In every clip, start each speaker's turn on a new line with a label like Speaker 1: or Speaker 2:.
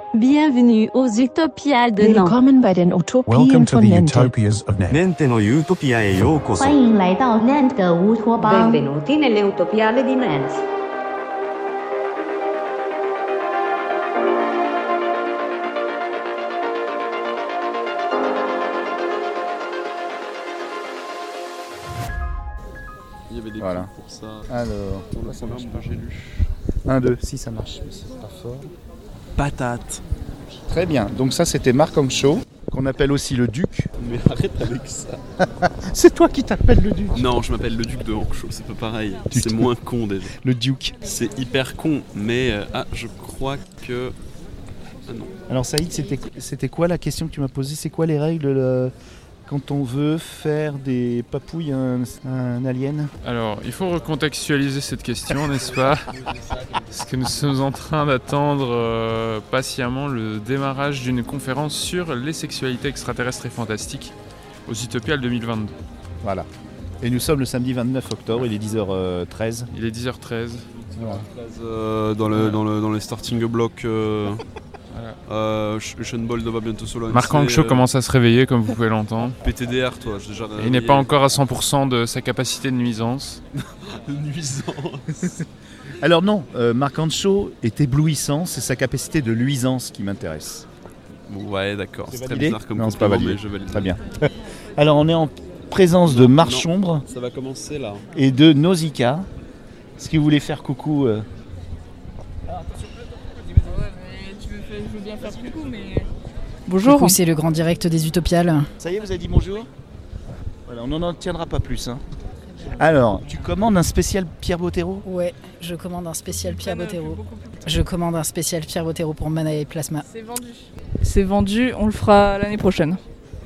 Speaker 1: Bienvenue aux Utopiales de Nantes.
Speaker 2: Willkommen bei den Utopien
Speaker 3: Welcome to
Speaker 2: von
Speaker 3: the
Speaker 2: Nente.
Speaker 3: Utopias of Nantes.
Speaker 4: ネンテのユートピアへようこそ。
Speaker 1: 欢迎来到 Nantes 的乌托邦。
Speaker 5: Benvenuti nelle Utopiali di Nantes.
Speaker 6: Il y avait des
Speaker 7: Voilà.
Speaker 6: trucs pour ça.
Speaker 7: Alors,
Speaker 6: Dans le programme que j'ai lu.
Speaker 7: 1, 2, si ça marche, mais c'est pas fort.
Speaker 6: Patate.
Speaker 7: Très bien, donc ça c'était Marc Ancho, qu'on appelle aussi le Duc.
Speaker 6: Mais arrête avec ça.
Speaker 7: C'est toi qui t'appelles le Duc.
Speaker 6: Non, je m'appelle le duc de Hancho, c'est pas pareil.
Speaker 7: Du
Speaker 6: C'est
Speaker 7: tout.
Speaker 6: moins con déjà.
Speaker 7: Le Duc.
Speaker 6: C'est hyper con, mais je crois que. Ah non.
Speaker 7: Alors Saïd, c'était quoi la question que tu m'as posée? C'est quoi les règles quand on veut faire des papouilles à un alien?
Speaker 8: Alors, il faut recontextualiser cette question, n'est-ce pas? Parce que nous sommes en train d'attendre patiemment le démarrage d'une conférence sur les sexualités extraterrestres et fantastiques aux Utopiales 2022.
Speaker 7: Voilà. Et nous sommes le samedi 29 octobre, il est 10h13.
Speaker 8: Il est 10h13.
Speaker 7: Voilà.
Speaker 6: Dans les starting blocks. Sean Bold va bientôt se lancer.
Speaker 8: Marc Ancho commence à se réveiller, comme vous pouvez l'entendre.
Speaker 6: PTDR, toi, j'ai déjà.
Speaker 8: Et il n'est pas encore à 100% de sa capacité de nuisance.
Speaker 6: Nuisance.
Speaker 7: Alors non, Marc Ancho est éblouissant, c'est sa capacité de luisance qui m'intéresse.
Speaker 6: Ouais, d'accord.
Speaker 7: C'est
Speaker 6: C'est très
Speaker 7: validé?
Speaker 6: bizarre comme
Speaker 7: Non, c'est pas
Speaker 6: compliment,
Speaker 7: validé.
Speaker 6: mais je valide.
Speaker 7: Très bien. Alors on est en présence de Marchombre
Speaker 6: Ça va commencer là.
Speaker 7: et de Nausicaa. Est-ce que vous voulez faire coucou
Speaker 9: Bonjour.
Speaker 2: Coucou, c'est le grand direct des Utopiales.
Speaker 7: Ça y est, vous avez dit bonjour? Voilà, on n'en tiendra pas plus. Hein. Alors, tu commandes un spécial Pierre Bottero?
Speaker 2: Ouais, je commande un spécial Pierre Bottero. Je commande un spécial Pierre Bottero pour Mana et Plasma.
Speaker 9: C'est vendu. C'est vendu, on le fera l'année prochaine.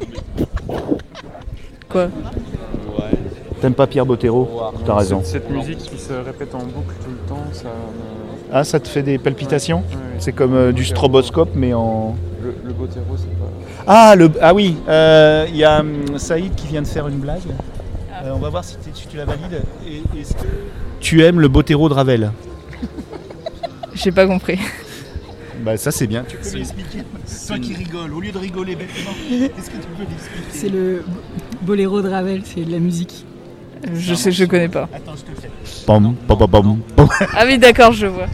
Speaker 9: Quoi?
Speaker 6: Ouais.
Speaker 7: T'aimes pas Pierre Bottero? T'as raison.
Speaker 8: Cette musique qui se répète en boucle tout le temps, ça me...
Speaker 7: Ah, ça te fait des palpitations?
Speaker 8: Ouais.
Speaker 7: C'est comme du stroboscope, mais en...
Speaker 8: Le Bottero, c'est pas...
Speaker 7: Ah oui, il y a Saïd qui vient de faire une blague. On va voir si tu la valides. Est-ce que tu aimes le Bottero de Ravel?
Speaker 9: J'ai pas compris.
Speaker 7: Bah ça c'est bien. Tu peux l'expliquer. Toi qui rigoles, au lieu de rigoler bêtement, est-ce que tu peux l'expliquer?
Speaker 10: C'est le boléro de Ravel, c'est de la musique.
Speaker 9: Je connais pas.
Speaker 7: Attends, je te le fais. Pom, pom, pom, pom, pom.
Speaker 9: Ah oui, d'accord, je vois.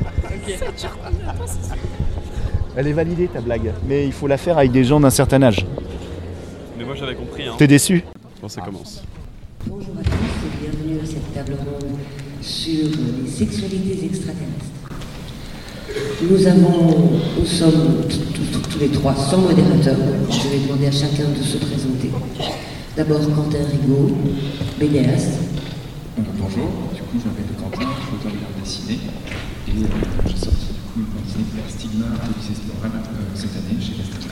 Speaker 7: Elle est validée ta blague, mais il faut la faire avec des gens d'un certain âge.
Speaker 6: Mais moi j'avais compris. Hein.
Speaker 7: T'es déçu?
Speaker 6: Bon, ça commence.
Speaker 5: Bonjour à tous et bienvenue à cette table ronde sur les sexualités extraterrestres. Nous sommes tous les trois sans modérateur. Je vais demander à chacun de se présenter. D'abord Quentin Rigaud, BDS.
Speaker 11: Bonjour, du coup je m'appelle Quentin, je suis auteur de bande dessinée et j'ai sorti du coup une bande dessinée qui s'appelle Stigma Odyssée Spirale cette année chez Vestager.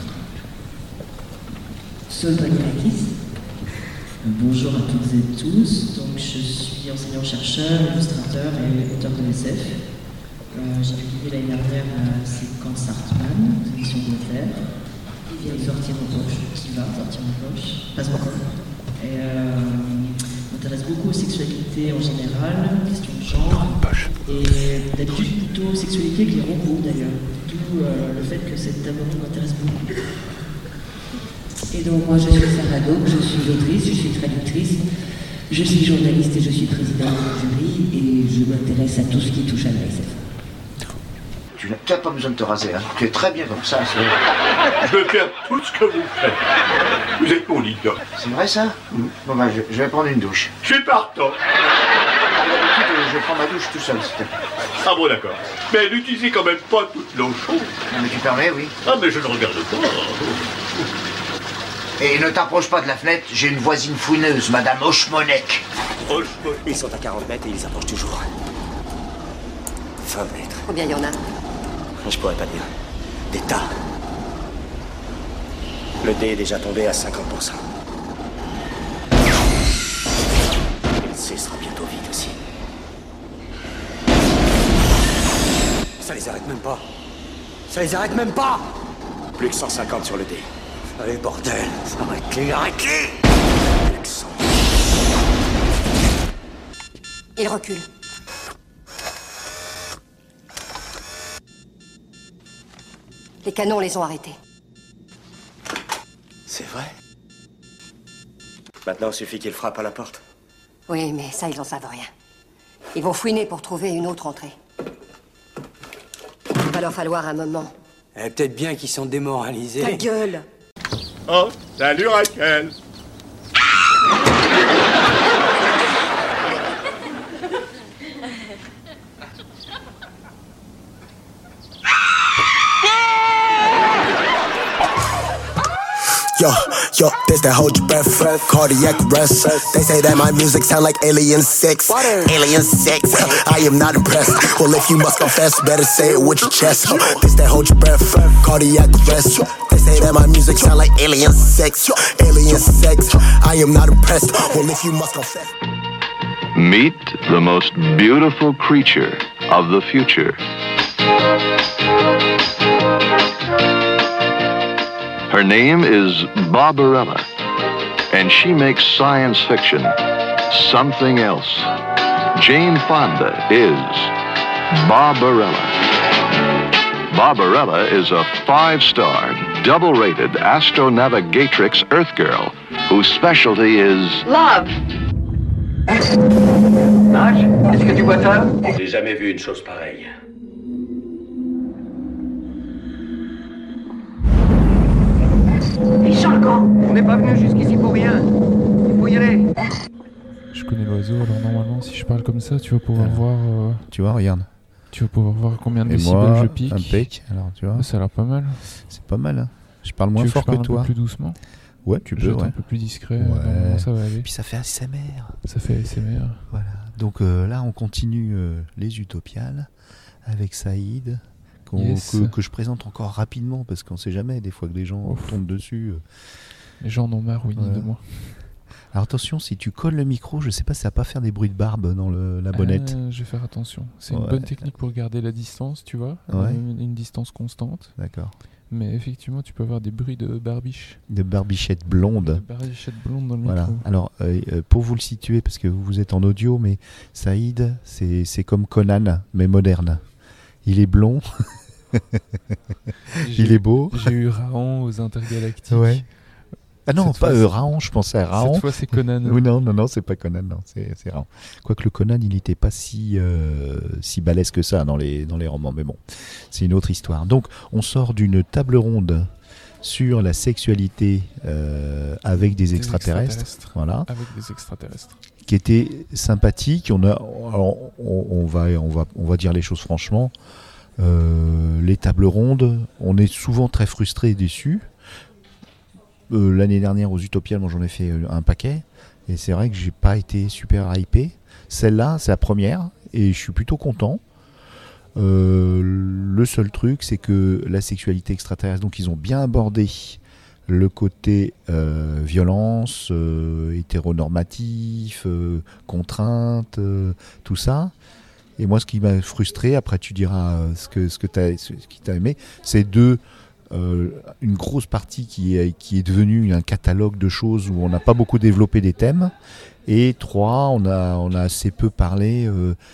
Speaker 5: Saul Panilakis.
Speaker 12: Bonjour à toutes et tous, donc je suis enseignant-chercheur, illustrateur et auteur de SF. J'ai publié l'année dernière la séquence Artman, aux éditions de Terre, qui vient de sortir en poche, qui va sortir en poche, pas encore. Et m'intéresse beaucoup aux sexualités en général, questions de genre, et d'habitude plutôt aux sexualités avec les robots d'ailleurs, d'où le fait que cette table m'intéresse beaucoup.
Speaker 5: Et donc moi je suis Sarah Daub, je suis autrice, je suis traductrice, je suis journaliste et je suis présidente du jury et je m'intéresse à tout ce qui touche à la SF.
Speaker 13: Tu n'as pas besoin de te raser, hein. Tu es très bien comme ça. Je vais faire tout ce que vous faites. Vous êtes mon idole. C'est vrai ça? Bon bah je vais prendre une douche. Je suis partant. D'habitude je prends ma douche tout seul, s'il te plaît. Ah bon d'accord. Mais n'utilisez quand même pas toute l'eau chaude. Non mais tu permets, oui. Ah mais je ne regarde pas. Et ne t'approche pas de la fenêtre, j'ai une voisine fouineuse, Madame Hochemonek.
Speaker 14: Ils sont à 40 mètres et ils approchent toujours. 20 mètres.
Speaker 5: Combien il y en a?
Speaker 14: Je pourrais pas dire. Des tas. Le dé est déjà tombé à 50%. Le C sera bientôt vide aussi. Ça les arrête même pas. Ça les arrête même pas. Plus que 150 sur le dé. Allez, bordel. Arrête-les, arrête-les. Plus que 100.
Speaker 5: Il recule.
Speaker 3: Les canons les ont arrêtés.
Speaker 14: C'est vrai. Maintenant, il suffit qu'ils frappent à la porte.
Speaker 3: Oui, mais ça, ils en savent rien. Ils vont fouiner pour trouver une autre entrée. Il va leur falloir un moment.
Speaker 14: Peut-être bien qu'ils sont démoralisés.
Speaker 3: Ta gueule!
Speaker 13: Oh, salut Raquel.
Speaker 15: Yo, this that hold your breath, cardiac arrest. They say that my music sound like Alien 6. Alien 6, I am not impressed. Well, if you must confess, better say it with your chest. This that hold your breath, cardiac arrest. They say that my music sound like Alien 6. Alien 6, I am not impressed. Well, if you must confess.
Speaker 16: Meet the most beautiful creature of the future. Her name is Barbarella, and she makes science fiction something else. Jane Fonda is Barbarella. Barbarella is a 5-star, double-rated astronavigatrix Earth girl whose specialty is...
Speaker 17: Love.
Speaker 14: Marge, est-ce que tu vois ça? J'ai jamais vu une chose pareille.
Speaker 17: Ils sont le camp. On n'est pas venu jusqu'ici pour rien. Il faut y aller.
Speaker 8: Je connais l'oiseau, alors normalement, si je parle comme ça, tu vas pouvoir voir...
Speaker 18: Tu vois, regarde.
Speaker 8: Tu vas pouvoir voir combien de
Speaker 18: Et
Speaker 8: décibels
Speaker 18: moi,
Speaker 8: je pique.
Speaker 18: impec, alors tu vois.
Speaker 8: Ça a l'air pas mal.
Speaker 18: C'est pas mal, hein. Je parle moins
Speaker 8: Tu veux
Speaker 18: fort
Speaker 8: je parle
Speaker 18: que toi.
Speaker 8: Un peu plus doucement.
Speaker 18: Ouais, tu
Speaker 8: Je
Speaker 18: peux,
Speaker 8: vais être
Speaker 18: ouais.
Speaker 8: un peu plus discret,
Speaker 18: Ouais.
Speaker 8: normalement ça va aller.
Speaker 18: Puis ça fait ASMR.
Speaker 8: Ça fait ASMR.
Speaker 18: Voilà. Donc là, on continue les Utopiales avec Saïd,
Speaker 8: Yes.
Speaker 18: que je présente encore rapidement parce qu'on sait jamais, des fois que les gens tombent dessus.
Speaker 8: Les gens en ont marre, Winnie, de moi.
Speaker 18: Alors attention, si tu colles le micro, je sais pas si ça va pas faire des bruits de barbe dans la bonnette.
Speaker 8: Je vais faire attention. C'est une bonne technique pour garder la distance, tu vois.
Speaker 18: Ouais.
Speaker 8: Une distance constante.
Speaker 18: D'accord.
Speaker 8: Mais effectivement, tu peux avoir des bruits de barbiche.
Speaker 18: De barbichette blonde.
Speaker 8: De barbichette blonde dans le
Speaker 18: Voilà.
Speaker 8: micro.
Speaker 18: Alors, pour vous le situer, parce que vous êtes en audio, mais Saïd, c'est comme Conan, mais moderne. Il est blond. Il est beau.
Speaker 8: J'ai eu Raon aux Intergalactiques.
Speaker 18: Ouais. Ah non,
Speaker 8: Cette
Speaker 18: pas
Speaker 8: fois,
Speaker 18: Raon, je pensais à Raon.
Speaker 8: Cette fois, c'est Conan.
Speaker 18: Oui, non, c'est pas Conan, non, c'est Raon. Quoique le Conan, il n'était pas si balèze que ça dans les romans, mais bon, c'est une autre histoire. Donc, on sort d'une table ronde sur la sexualité avec des extraterrestres. Voilà.
Speaker 8: Avec des extraterrestres.
Speaker 18: Qui était sympathique. On va dire les choses franchement. Les tables rondes, on est souvent très frustré et déçu. L'année dernière aux Utopiales, moi j'en ai fait un paquet et c'est vrai que j'ai pas été super hypé. Celle-là, c'est la première et je suis plutôt content. Le seul truc, c'est que la sexualité extraterrestre, donc ils ont bien abordé le côté violence, hétéronormatif, contrainte, tout ça. Et moi, ce qui m'a frustré, après tu diras ce qui t'a aimé, c'est une grosse partie qui est devenue un catalogue de choses où on n'a pas beaucoup développé des thèmes. Et 3, on a assez peu parlé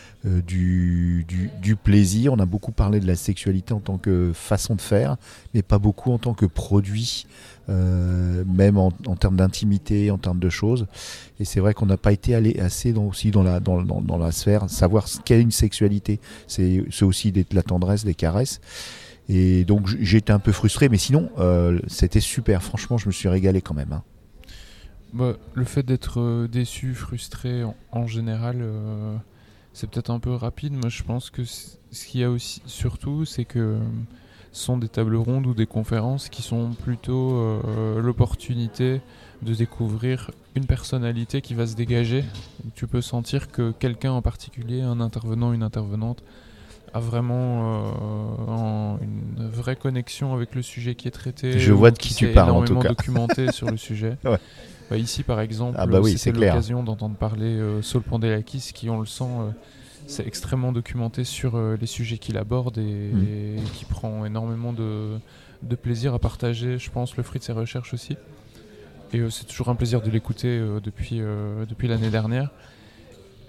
Speaker 18: du plaisir. On a beaucoup parlé de la sexualité en tant que façon de faire, mais pas beaucoup en tant que produit, même en termes d'intimité, en termes de choses. Et c'est vrai qu'on n'a pas été allé assez dans la sphère, savoir ce qu'est une sexualité. C'est aussi de la tendresse, des caresses. Et donc j'ai été un peu frustré, mais sinon c'était super. Franchement, je me suis régalé quand même. Hein.
Speaker 8: Bah, le fait d'être déçu, frustré en général, c'est peut-être un peu rapide. Moi, je pense que ce qu'il y a aussi, surtout, c'est que ce sont des tables rondes ou des conférences qui sont plutôt l'opportunité de découvrir une personnalité qui va se dégager. Tu peux sentir que quelqu'un en particulier, un intervenant, une intervenante, a vraiment une vraie connexion avec le sujet qui est traité.
Speaker 18: Je vois de qui tu parles en tout cas.
Speaker 8: Documenté sur le sujet.
Speaker 18: Ouais.
Speaker 8: Bah, ici par exemple,
Speaker 18: c'était
Speaker 8: l'occasion d'entendre parler Saul Pandelakis qui, on le sent, c'est extrêmement documenté sur les sujets qu'il aborde et qui prend énormément de plaisir à partager, je pense, le fruit de ses recherches aussi. Et c'est toujours un plaisir de l'écouter depuis l'année dernière.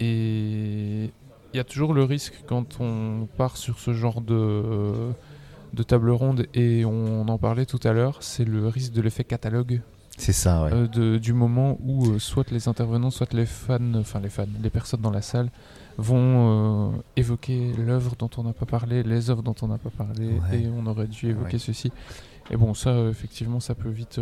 Speaker 8: Et il y a toujours le risque quand on part sur ce genre table ronde, et on en parlait tout à l'heure, c'est le risque de l'effet catalogue.
Speaker 18: C'est ça, ouais.
Speaker 8: Du moment où soit les intervenants, soit les personnes dans la salle vont évoquer l'œuvre dont on n'a pas parlé, les œuvres dont on n'a pas parlé, et on aurait dû évoquer ceci. Et bon, ça, effectivement, ça peut vite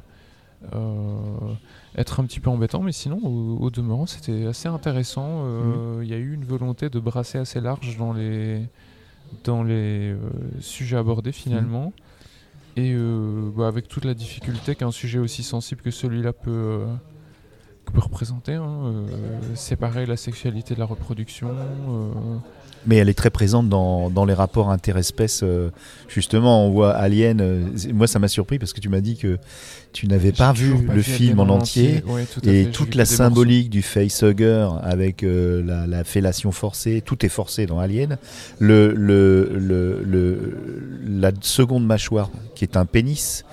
Speaker 8: être un petit peu embêtant, mais sinon, au demeurant, c'était assez intéressant. Il y a eu une volonté de brasser assez large dans les sujets abordés, finalement. Et avec toute la difficulté qu'un sujet aussi sensible que celui-là peut représenter, séparer la sexualité de la reproduction.
Speaker 18: Mais elle est très présente dans les rapports interespèces. Justement, on voit Alien. Moi, ça m'a surpris parce que tu m'as dit que tu n'avais pas vu le film en entier.
Speaker 8: Ouais,
Speaker 18: et toute la symbolique du facehugger avec la fellation forcée, tout est forcé dans Alien. La seconde mâchoire, qui est un pénis,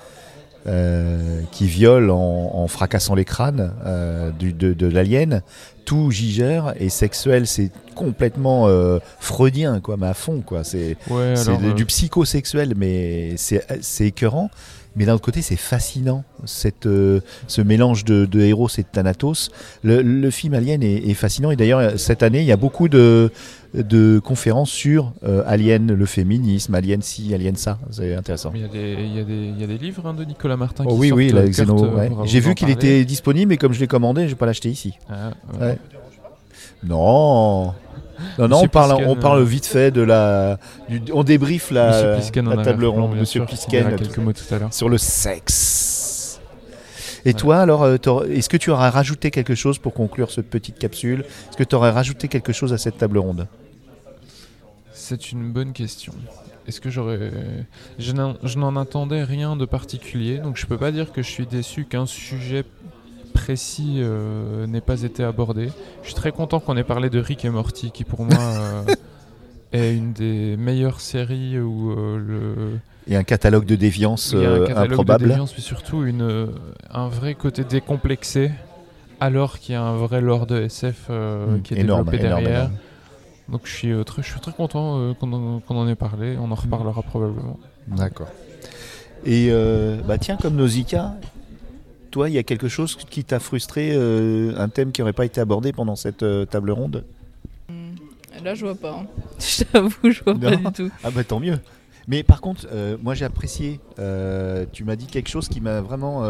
Speaker 18: qui viole en fracassant les crânes de l'alien. Tout gigère et sexuel, c'est complètement freudien, quoi, mais à fond, quoi. C'est du psychosexuel, mais c'est écœurant. Mais d'un autre côté, c'est fascinant, ce mélange de héros et de Thanatos. Le film Alien est fascinant, et d'ailleurs, cette année, il y a beaucoup de conférences sur Alien, le féminisme, Alien ci, Alien ça. C'est intéressant.
Speaker 8: Il y a des livres de Nicolas Martin qui
Speaker 18: sortent. Oui, la Xeno, j'ai vu qu'il
Speaker 8: parler.
Speaker 18: était disponible, mais comme je l'ai commandé, je ne vais pas l'acheter ici.
Speaker 8: Ouais.
Speaker 18: Non, on parle vite fait on débriefe la table ronde. Monsieur Plisken
Speaker 8: quelques mots tout à l'heure
Speaker 18: sur le sexe. Et toi, alors, est-ce que tu aurais rajouté quelque chose pour conclure cette petite capsule ? Est-ce que tu aurais rajouté quelque chose à cette table ronde ?
Speaker 8: C'est une bonne question. Est-ce que je n'en attendais rien de particulier, donc je peux pas dire que je suis déçu qu'un sujet précis n'ait pas été abordé. Je suis très content qu'on ait parlé de Rick et Morty, qui pour moi est une des meilleures séries où
Speaker 18: Il y a un catalogue de déviance improbable.
Speaker 8: De déviance, mais surtout un vrai côté décomplexé, alors qu'il y a un vrai lore de SF qui est développé derrière.
Speaker 18: Énorme.
Speaker 8: Donc je suis très content qu'on en ait parlé. On en reparlera probablement.
Speaker 18: D'accord. Et tiens, comme Nausicaa, toi, il y a quelque chose qui t'a frustré, un thème qui n'aurait pas été abordé pendant cette table ronde ?
Speaker 9: Là, je vois pas. Hein. Je t'avoue, je vois pas du tout.
Speaker 18: Ah bah tant mieux. Mais par contre, moi j'ai apprécié, tu m'as dit quelque chose qui m'a vraiment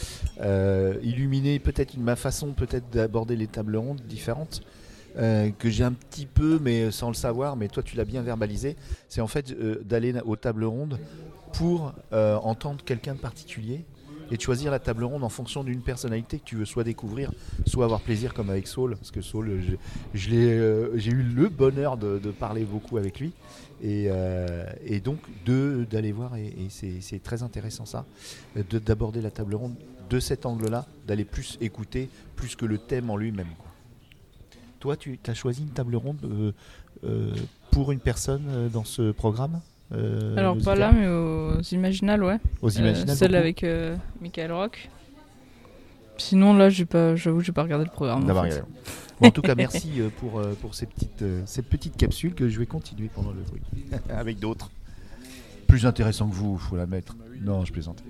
Speaker 18: illuminé peut-être ma façon peut-être d'aborder les tables rondes différentes, que j'ai un petit peu, mais sans le savoir, mais toi tu l'as bien verbalisé, c'est en fait d'aller aux tables rondes pour entendre quelqu'un de particulier et de choisir la table ronde en fonction d'une personnalité que tu veux soit découvrir, soit avoir plaisir, comme avec Saul, parce que Saul, j'ai eu le bonheur de parler beaucoup avec lui, et donc d'aller voir, et c'est très intéressant ça, d'aborder la table ronde de cet angle-là, d'aller plus écouter, plus que le thème en lui-même, quoi. Toi, tu as choisi une table ronde pour une personne dans ce programme ?
Speaker 9: Alors pas là, mais aux Imaginales, ouais.
Speaker 18: Aux Imaginales,
Speaker 9: celle avec Michael Rock. Sinon là, j'avoue, j'ai pas regardé le programme.
Speaker 18: Bon, en tout cas, merci pour cette petite capsule que je vais continuer pendant le truc avec d'autres plus intéressants que vous. Faut la mettre. Non, je plaisante.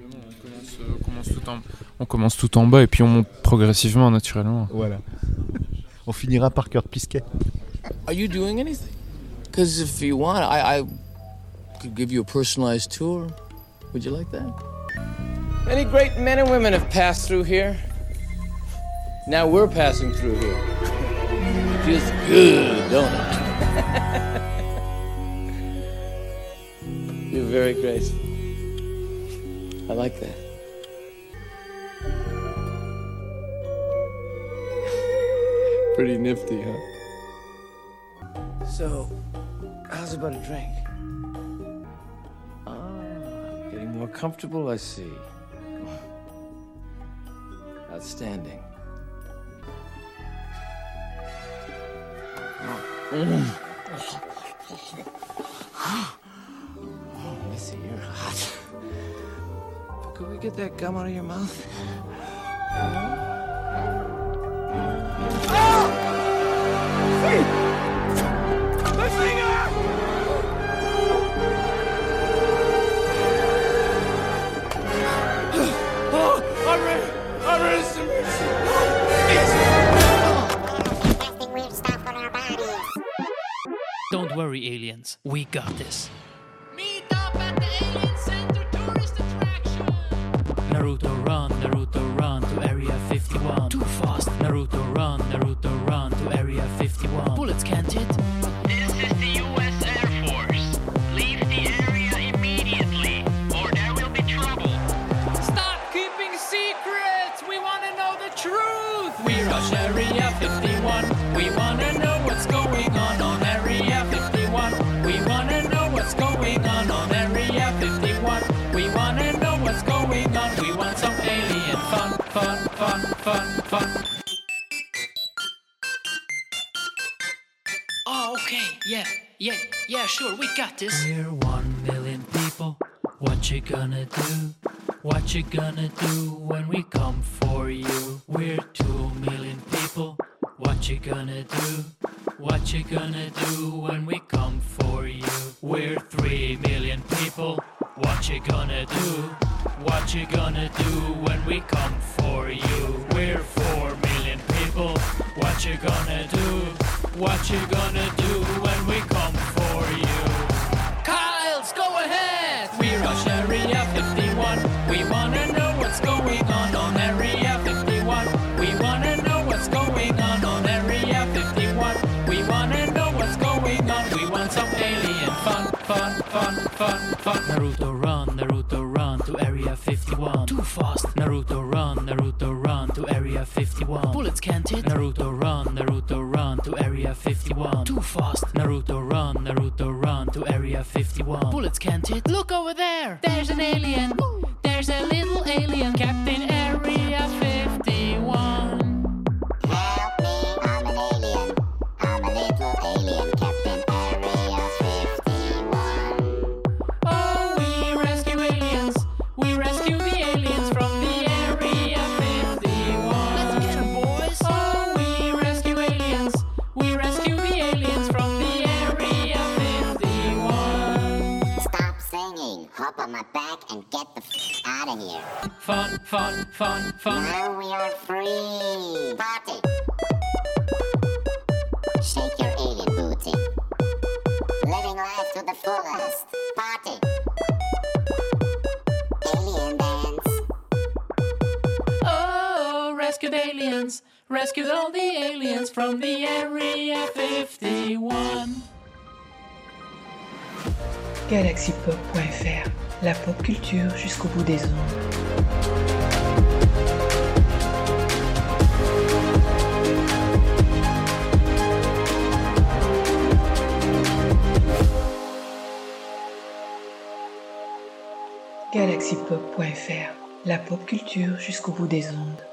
Speaker 8: On commence tout en bas et puis on monte progressivement, naturellement.
Speaker 18: Voilà. On finira par Kurt Pisquet.
Speaker 19: Are you doing anything? Because if you want, I could give you a personalized tour. Would you like that? Many great men and women have passed through here. Now we're passing through here. Feels good, don't it? You're very graceful. I like that. Pretty nifty, huh? So, how's about a drink? Getting more comfortable, I see. Outstanding. Oh, Missy, you're hot. But could we get that gum out of your mouth?
Speaker 20: We got this.
Speaker 21: Meet up at the Alien Center tourist attraction.
Speaker 20: Naruto run to Area 51.
Speaker 21: Too fast.
Speaker 20: Naruto run to Area 51.
Speaker 21: Bullets can't hit.
Speaker 22: This is the U.S. Air Force. Leave the area immediately, or there will be trouble.
Speaker 21: Stop keeping secrets. We want to know the truth.
Speaker 20: We rush Area 51. We wanna know what's going on Area 51. We wanna know what's going on Area 51. We wanna know what's going on. We want some alien fun.
Speaker 21: Oh, okay. Yeah, sure. We got this.
Speaker 20: We're 1 million people. What you gonna do? What you gonna do when we come for you? We're 2 million people. What you gonna do? What you gonna do when we come for you? We're 3 million people. What you gonna do? What you gonna do when we come for you? We're 4 million people. What you gonna do? What you gonna do when we come for you?
Speaker 21: Kyles, go ahead.
Speaker 20: We rush Area 51. We wanna know what's going on Area 51. We wanna know what's going on Area 51. We wanna know what's going on. We want some alien fun. Naruto run to Area 51.
Speaker 21: Too fast.
Speaker 20: Naruto run to Area 51.
Speaker 21: Bullets can't hit.
Speaker 20: Naruto run to Area 51.
Speaker 21: Too fast.
Speaker 20: Naruto run to Area 51.
Speaker 21: Bullets can't hit.
Speaker 20: Look over there. There's an alien. There's a little alien. Captain Area 51.
Speaker 23: Help me, I'm an alien. I'm a little alien, Captain Area 51.
Speaker 20: Oh, we rescue aliens. We rescue the aliens from the Area 51.
Speaker 21: Let's get 'em, boys.
Speaker 20: Oh, we rescue aliens. We rescue the aliens from the Area 51.
Speaker 23: Stop singing. Hop on my back and get the out of here.
Speaker 20: Fun.
Speaker 23: Now we are free. Party. Shake your alien booty. Living life to the fullest. Party. Alien dance.
Speaker 20: Oh, rescued aliens. Rescued all the aliens from the Area 51.
Speaker 24: Galaxypop.fr, la pop culture jusqu'au bout des ondes. Galaxypop.fr, la pop culture jusqu'au bout des ondes.